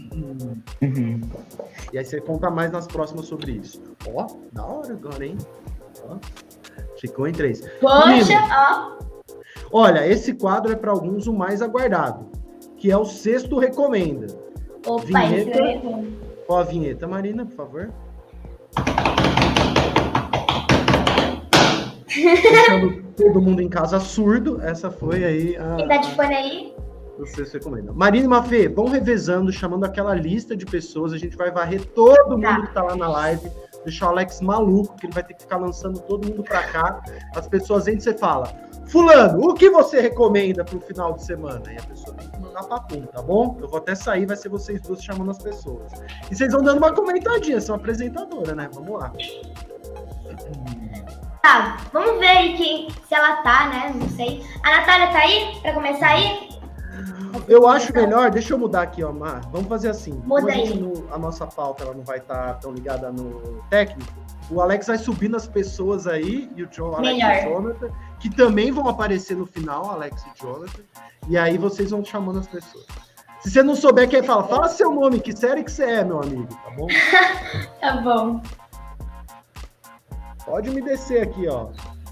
S3: E aí você conta mais nas próximas sobre isso. Ó, da hora agora, hein? Ó, ficou em 3.
S1: Poxa, ó.
S3: Olha, esse quadro é para alguns o mais aguardado, que é o Sexto Recomenda.
S1: Opa, esse é bom.
S3: Ó a vinheta, Marina, por favor. Deixando todo mundo em casa surdo, essa foi aí a...
S1: Quem tá de fone aí?
S3: Vocês recomendam. Marina e Mafê, vão revezando, chamando aquela lista de pessoas, a gente vai varrer todo mundo que tá lá na live, deixar o Alex maluco, que ele vai ter que ficar lançando todo mundo pra cá. As pessoas entram e você fala, fulano, o que você recomenda pro final de semana? E a pessoa tem que mandar papum, tá bom? Eu vou até sair, vai ser vocês duas chamando as pessoas. E vocês vão dando uma comentadinha, são apresentadora, né? Vamos lá.
S1: Tá, vamos ver aí se ela tá, né? Não sei. A Natália tá aí pra começar aí?
S3: Eu acho melhor, deixa eu mudar aqui, ó, Mar. Vamos fazer assim.
S1: Muda aí.
S3: A nossa pauta ela não vai estar tão ligada no técnico. O Alex vai subir nas pessoas aí, e o Alex e o Jonathan, que também vão aparecer no final, Alex e Jonathan. E aí vocês vão chamando as pessoas. Se você não souber quem fala seu nome, que série que você é, meu amigo, tá bom?
S1: Tá bom.
S3: Pode me descer aqui, ó.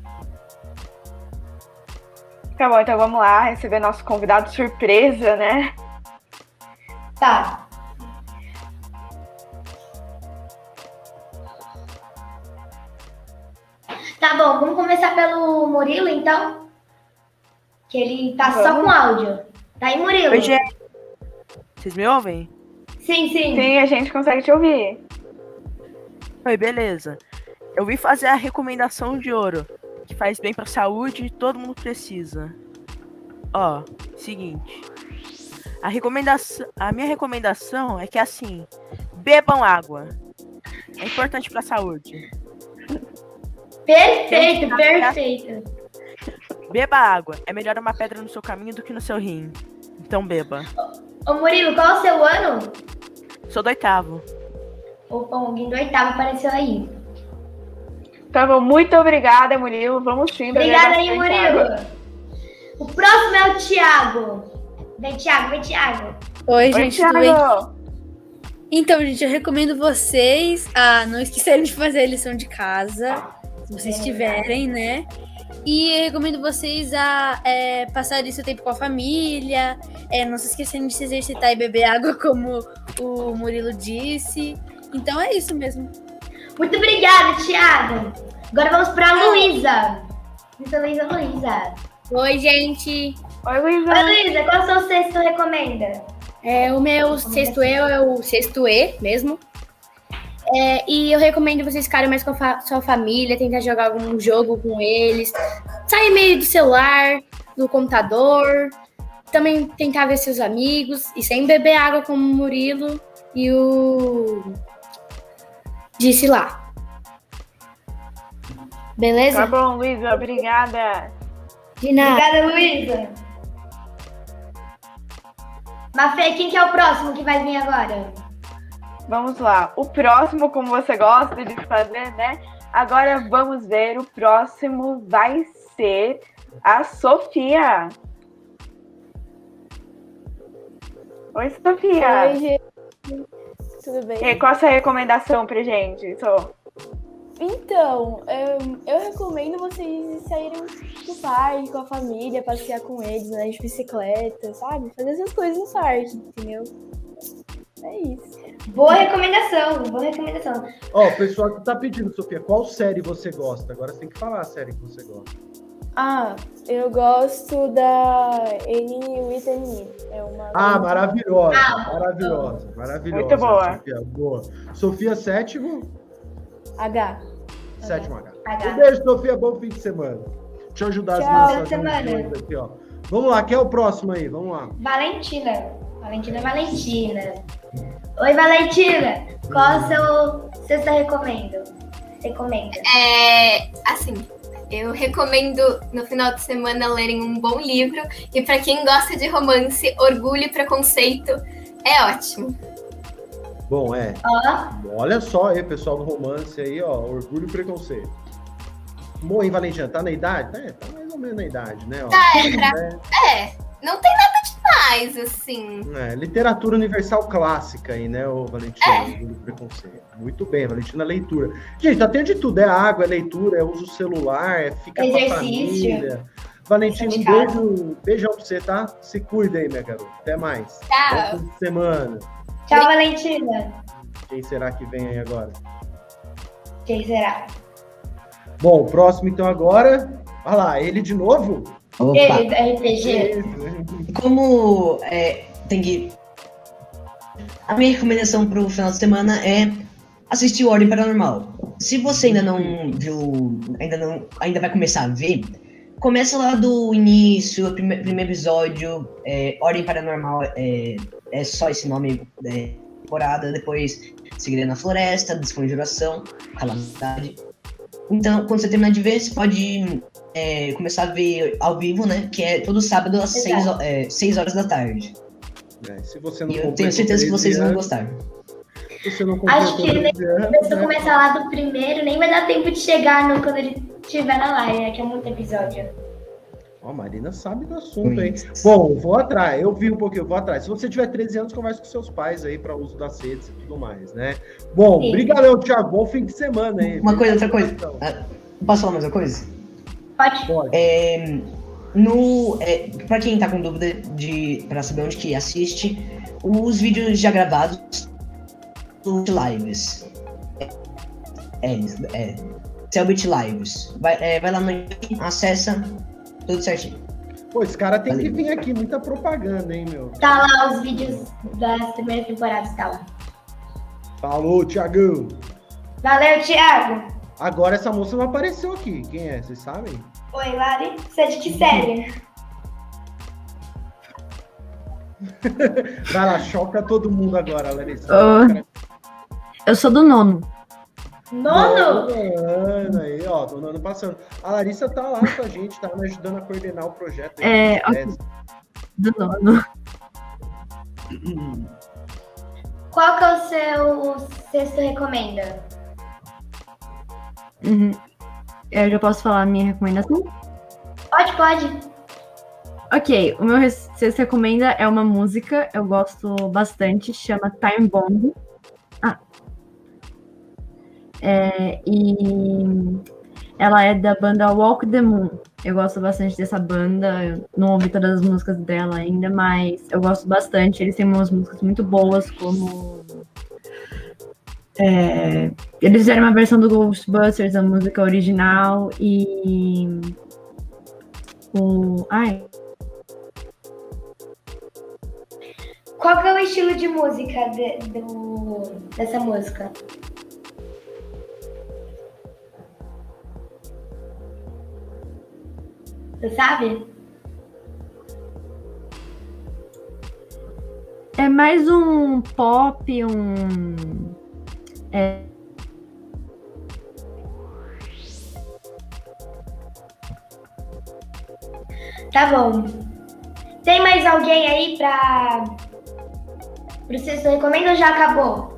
S2: Tá bom, então vamos lá receber nosso convidado surpresa, né?
S1: Tá. Tá bom, vamos começar pelo Murilo, então? Que ele tá só com áudio. Tá aí, Murilo?
S13: Oi, gente. Vocês me ouvem?
S1: Sim, sim.
S2: Sim, a gente consegue te ouvir.
S13: Oi, beleza. Eu vim fazer a recomendação de ouro, que faz bem pra saúde e todo mundo precisa. Ó, seguinte. A minha recomendação é que, assim, bebam água. É importante pra saúde.
S1: Perfeito, perfeito.
S13: Beba água. É melhor uma pedra no seu caminho do que no seu rim. Então beba.
S1: Ô Murilo, qual é o seu ano?
S13: Sou do 8º.
S1: Opa, alguém do 8º apareceu aí.
S2: Tá bom, muito obrigada, Murilo. Vamos sim.
S1: Obrigada aí, Murilo. O próximo é o Thiago. Vem, Thiago.
S5: Oi, gente,
S2: Thiago.
S5: tudo bem? Então, gente, eu recomendo vocês a não esquecerem de fazer a lição de casa, se vocês tiverem, né? E eu recomendo vocês a passarem seu tempo com a família, não se esquecerem de se exercitar e beber água, como o Murilo disse. Então é isso mesmo.
S1: Muito obrigada, Thiago. Agora vamos para a Luísa. Luísa.
S12: Oi, gente.
S2: Oi, Luísa.
S1: Oi, Luísa. Qual é o seu sexto recomenda?
S12: O meu sexto E é o sexto E mesmo. E eu recomendo vocês ficarem mais com a sua família, tentar jogar algum jogo com eles, sair meio do celular, do computador, também tentar ver seus amigos e sem beber água como o Murilo e o disse lá. Beleza?
S2: Tá bom, Luísa, obrigada.
S12: De nada.
S1: Obrigada, Luísa. Mafê, quem que é o próximo que vai vir agora?
S2: Vamos lá. O próximo, como você gosta de fazer, né? Agora vamos ver. O próximo vai ser a Sofia. Oi, Sofia.
S9: Oi, gente. Tudo bem?
S2: E qual a sua recomendação pra gente, Sô?
S9: Então, eu recomendo vocês saírem do parque com a família, passear com eles, andar de bicicleta, sabe? Fazer essas coisas no parque, entendeu? É isso.
S1: Boa recomendação.
S3: Ó, o pessoal que tá pedindo, Sofia, qual série você gosta? Agora você tem que falar a série que você gosta.
S9: Eu gosto da Annie with Me.
S3: Maravilhosa. Maravilhosa.
S2: Muito boa.
S3: Sofia, boa. Sofia, sétimo?
S9: H.
S3: Sétimo H. Um beijo, Sofia. Bom fim de semana. Deixa eu ajudar as mãos aqui, ó. Vamos lá, quem é o próximo aí? Vamos lá.
S1: Valentina. Oi, Valentina. Qual é o seu sexta recomenda?
S6: Assim, eu recomendo no final de semana lerem um bom livro. E para quem gosta de romance, Orgulho e Preconceito é ótimo.
S3: Bom, olha só aí, pessoal do romance aí, ó, Orgulho e Preconceito. Bom, hein, Valentina, tá na idade? Tá mais ou menos na idade, né? Ó.
S6: Não tem nada demais, assim.
S3: Literatura universal clássica aí, né, ô Valentina? Orgulho e Preconceito. Muito bem, Valentina, leitura. Gente, tá tendo de tudo, é água, é leitura, é uso celular, é ficar com a família. Valentina, um beijão pra você, tá? Se cuida aí, minha garota. Até mais.
S6: Tchau.
S3: Bom fim de semana.
S1: Tchau, Valentina.
S3: Quem será que vem aí agora?
S1: Quem será?
S3: Bom, o próximo então agora. Olha lá, ele de novo?
S10: Opa.
S1: Ele da RPG.
S10: Como tem que... A minha recomendação pro final de semana é assistir o Ordem Paranormal. Se você ainda não viu, ainda vai começar a ver, começa lá do início, o primeiro episódio, Ordem Paranormal, é só esse nome, temporada, depois Segredo na Floresta, Desconjuração, Calamidade. Então, quando você terminar de ver, você pode começar a ver ao vivo, né? Que é todo sábado às 6 horas da tarde.
S3: Se você não
S10: e eu tenho certeza que vocês vão gostar.
S1: Acho que se eu começar lá do primeiro, nem vai dar tempo de chegar quando ele estiver na live, né? Que é muito episódio.
S3: Ó, a Marina sabe do assunto, hein? Bom, vou atrás. Eu vi um pouquinho, vou atrás. Se você tiver 13 anos, converse com seus pais aí para uso das redes e tudo mais, né? Bom, obrigado, Thiago. Bom fim de semana aí.
S10: Outra coisa. Posso falar mais uma coisa?
S1: Pode.
S10: Pra quem tá com dúvida pra saber onde que assiste, os vídeos já gravados dos lives. Cellbit Lives. Vai lá no YouTube, acessa, tudo certinho.
S3: Pô, esse cara tem que vir aqui, muita propaganda, hein, meu?
S1: Tá lá os vídeos das primeiras temporadas, tá lá.
S3: Falou, Thiagão.
S1: Valeu, Thiago.
S3: Agora essa moça não apareceu aqui. Quem é? Vocês sabem?
S1: Oi, Lari. Você é de que série?
S3: Vai lá, choca todo mundo agora, Larissa.
S14: Eu sou do nono.
S1: Nono?
S3: Ana aí, ó, do nono passando. A Larissa tá lá com a gente, tá me ajudando a coordenar o projeto.
S14: Okay. Do nono.
S1: Qual que é o seu sexto recomenda?
S14: Eu já posso falar a minha recomendação?
S1: Pode.
S14: Ok, o meu sexto recomenda é uma música, eu gosto bastante, chama Time Bomb. E ela é da banda Walk the Moon. Eu gosto bastante dessa banda, eu não ouvi todas as músicas dela ainda, mas eu gosto bastante. Eles têm umas músicas muito boas, como... eles fizeram uma versão do Ghostbusters, a música original, e...
S1: Qual que é o estilo de música dessa música? Você sabe?
S14: É mais um pop,
S1: Tá bom. Tem mais alguém aí pro sexto recomendo ou já acabou?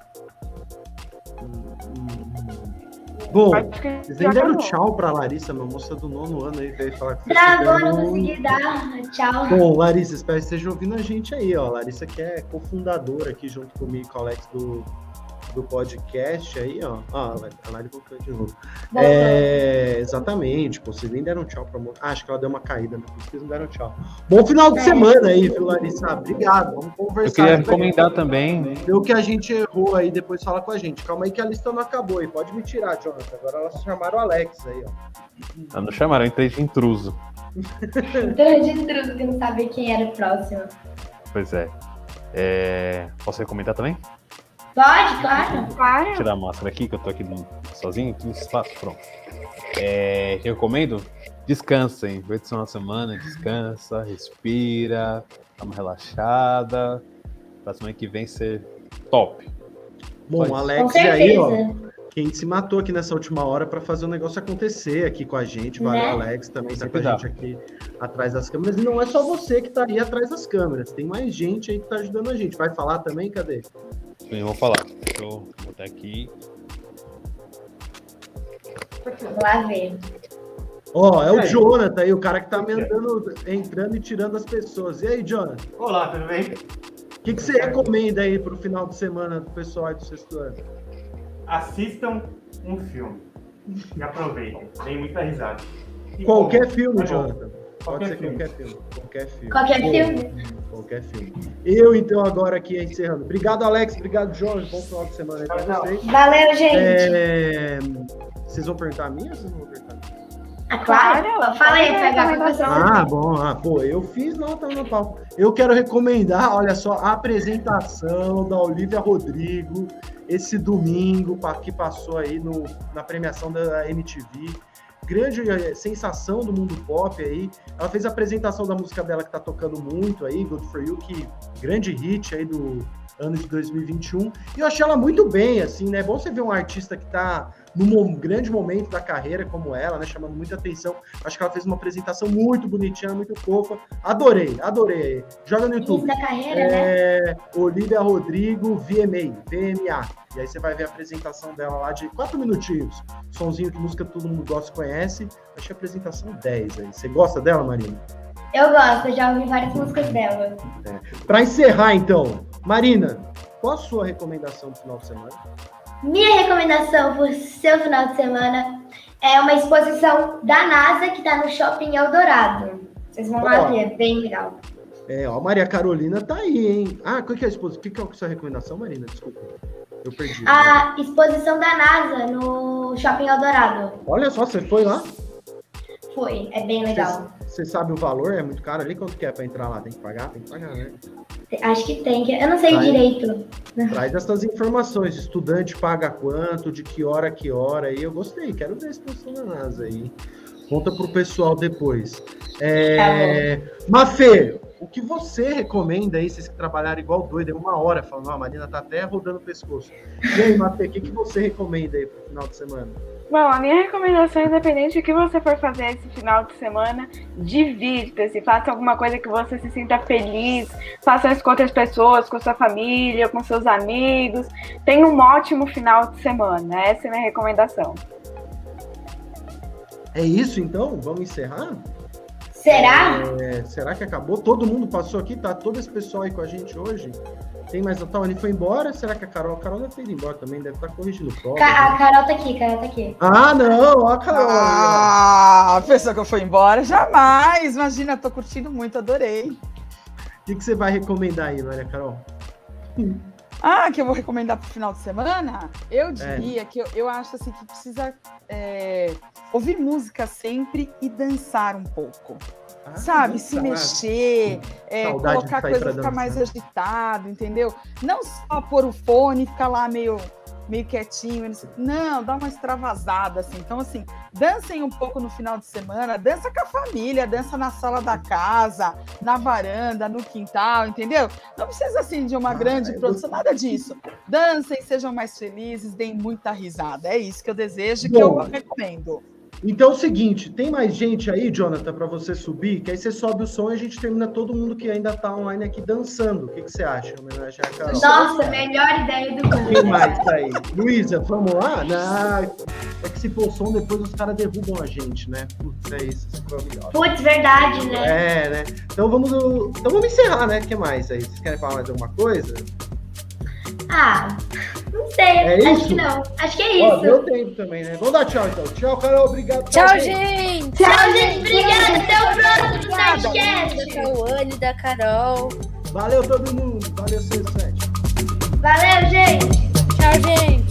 S3: Bom, vocês nem deram tchau pra Larissa, minha moça do nono ano aí, veio falar que
S1: Travou, não consegui dar tchau.
S3: Bom, Larissa, espero que esteja ouvindo a gente aí, ó. Larissa que é cofundadora aqui junto comigo e com o Alex do podcast aí, ó. A Lari voltou de novo. Exatamente, pô, vocês nem deram tchau pra moça. Acho que ela deu uma caída, né? Vocês não deram tchau. Bom final de semana aí, viu, Larissa? Obrigado, vamos conversar.
S15: Eu queria recomendar também.
S3: Deu o que a gente errou aí, depois fala com a gente. Calma aí que a lista não acabou aí, pode me tirar, Jonathan. Agora elas chamaram o Alex aí, ó.
S15: Não chamaram, eu entrei de intruso.
S1: Então de intruso, que não sabia quem era o próximo.
S15: Pois é. Posso recomendar também?
S1: Pode, claro.
S15: Vou tirar a máscara aqui, que eu tô aqui sozinho, tudo espaço, pronto. Eu recomendo? Descansem. Vai ser uma semana, descansa, respira, dá uma relaxada. Pra semana que vem ser top.
S3: Bom, Alex, e aí, ó, quem se matou aqui nessa última hora pra fazer o negócio acontecer aqui com a gente. Valeu, Alex, também tá com a gente aqui atrás das câmeras. E não é só você que tá aí atrás das câmeras, tem mais gente aí que tá ajudando a gente. Vai falar também? Cadê?
S15: Sim, vou falar. Deixa eu botar aqui.
S1: Vamos lá ver.
S3: Ó, é o Jonathan aí, o cara que tá entrando e tirando as pessoas. E aí, Jonathan?
S16: Olá, tudo bem?
S3: O que você recomenda aí pro final de semana do pessoal aí do sexto ano?
S16: Assistam um filme e aproveitem. Tem muita risada.
S3: Qualquer filme, Jonathan? Pode ser qualquer filme. Qualquer filme. Eu, então, agora aqui encerrando. Obrigado, Alex. Obrigado, Jorge. Bom final de semana aí pra vocês.
S1: Valeu, gente.
S3: Vocês vão perguntar a minha ou vocês não vão perguntar a minha?
S1: Claro. Fala aí, pegar.
S3: Bom. Eu fiz nota no pau. Eu quero recomendar, olha só, a apresentação da Olivia Rodrigo esse domingo que passou aí na premiação da MTV. Grande sensação do mundo pop aí. Ela fez a apresentação da música dela que tá tocando muito aí, Good For You, que grande hit aí do ano de 2021. E eu achei ela muito bem, assim, né? É bom você ver um artista que tá num grande momento da carreira como ela, né? Chamando muita atenção. Acho que ela fez uma apresentação muito bonitinha, muito fofa. Adorei. Joga no YouTube.
S1: Da carreira, né?
S3: Olivia Rodrigo, VMA. E aí você vai ver a apresentação dela lá de 4 minutinhos. Sonzinho de música que todo mundo gosta e conhece. Achei a apresentação 10 aí. Você gosta dela, Marina?
S1: Eu gosto, eu já ouvi várias músicas dela.
S3: Pra encerrar, então, Marina, qual a sua recomendação pro final de semana?
S1: Minha recomendação pro seu final de semana é uma exposição da NASA que tá no Shopping Eldorado. Vocês vão lá ver, é bem legal.
S3: A Maria Carolina tá aí, hein? O que é a exposição? O que é a sua recomendação, Marina? Desculpa, eu perdi.
S1: A exposição da NASA no Shopping Eldorado.
S3: Olha só, você foi lá?
S1: Foi, é bem legal.
S3: Você sabe o valor? É muito caro ali? Quanto que é pra entrar lá? Tem que pagar? Tem que pagar, né?
S1: Acho que tem. Eu não sei direito.
S3: Traz essas informações. Estudante paga quanto? De que hora a que hora? Aí eu gostei. Quero ver a exposição da NASA aí. Conta pro pessoal depois. Mafê, o que você recomenda aí, vocês que trabalharam igual doido, 1 hora, falando, a Marina tá até rodando o pescoço. E aí, Mafê, o que você recomenda aí pro final de semana?
S2: Bom, a minha recomendação, independente do que você for fazer esse final de semana, divirta-se, faça alguma coisa que você se sinta feliz, faça isso com outras pessoas, com sua família, com seus amigos. Tenha um ótimo final de semana, essa é a minha recomendação.
S3: É isso, então? Vamos encerrar?
S1: Será?
S3: Será que acabou? Todo mundo passou aqui? Tá todo esse pessoal aí com a gente hoje? Tem mais a Tawane foi embora? Será que a Carol deve ter ido embora também? Deve estar corrigindo prova.
S1: A Carol tá aqui.
S3: Ah, não! Ó a Carol!
S8: A pessoa que eu fui embora? Jamais! Imagina, tô curtindo muito, adorei.
S3: O que você vai recomendar aí, Maria Carol?
S8: Que eu vou recomendar pro final de semana? Eu diria que eu acho assim que precisa ouvir música sempre e dançar um pouco. Sabe, se mexer, colocar coisa ficar mais agitado, entendeu? Não só pôr o fone e ficar lá meio quietinho, não, dá uma extravasada, assim. Então, assim, dancem um pouco no final de semana, dança com a família, dança na sala da casa, na varanda, no quintal, entendeu? Não precisa, assim, de uma grande produção, nada disso. Dancem, sejam mais felizes, deem muita risada. É isso que eu desejo e que eu recomendo.
S3: Então é o seguinte, tem mais gente aí, Jonathan, para você subir, que aí você sobe o som e a gente termina todo mundo que ainda tá online aqui dançando. O que você acha? Homenagem a Carol.
S1: Nossa, melhor ideia do mundo.
S3: Quem mais tá aí? Luísa, vamos lá? É que se for o som, depois os caras derrubam a gente, né? Putz, é isso.
S1: Putz, verdade, né?
S3: Né? Então vamos encerrar, né? O que mais aí? Vocês querem falar mais alguma coisa?
S1: Não sei, acho que não. Acho que é isso.
S3: Deu tempo também, né? Vamos dar tchau, então. Tchau, Carol, obrigado.
S5: Tchau, gente!
S1: Tchau, gente, obrigada. Até o próximo Sidecast.
S5: Da Tawane, da Carol.
S3: Valeu, todo mundo. Valeu, 6-7.
S1: Valeu, gente.
S5: Tchau, gente.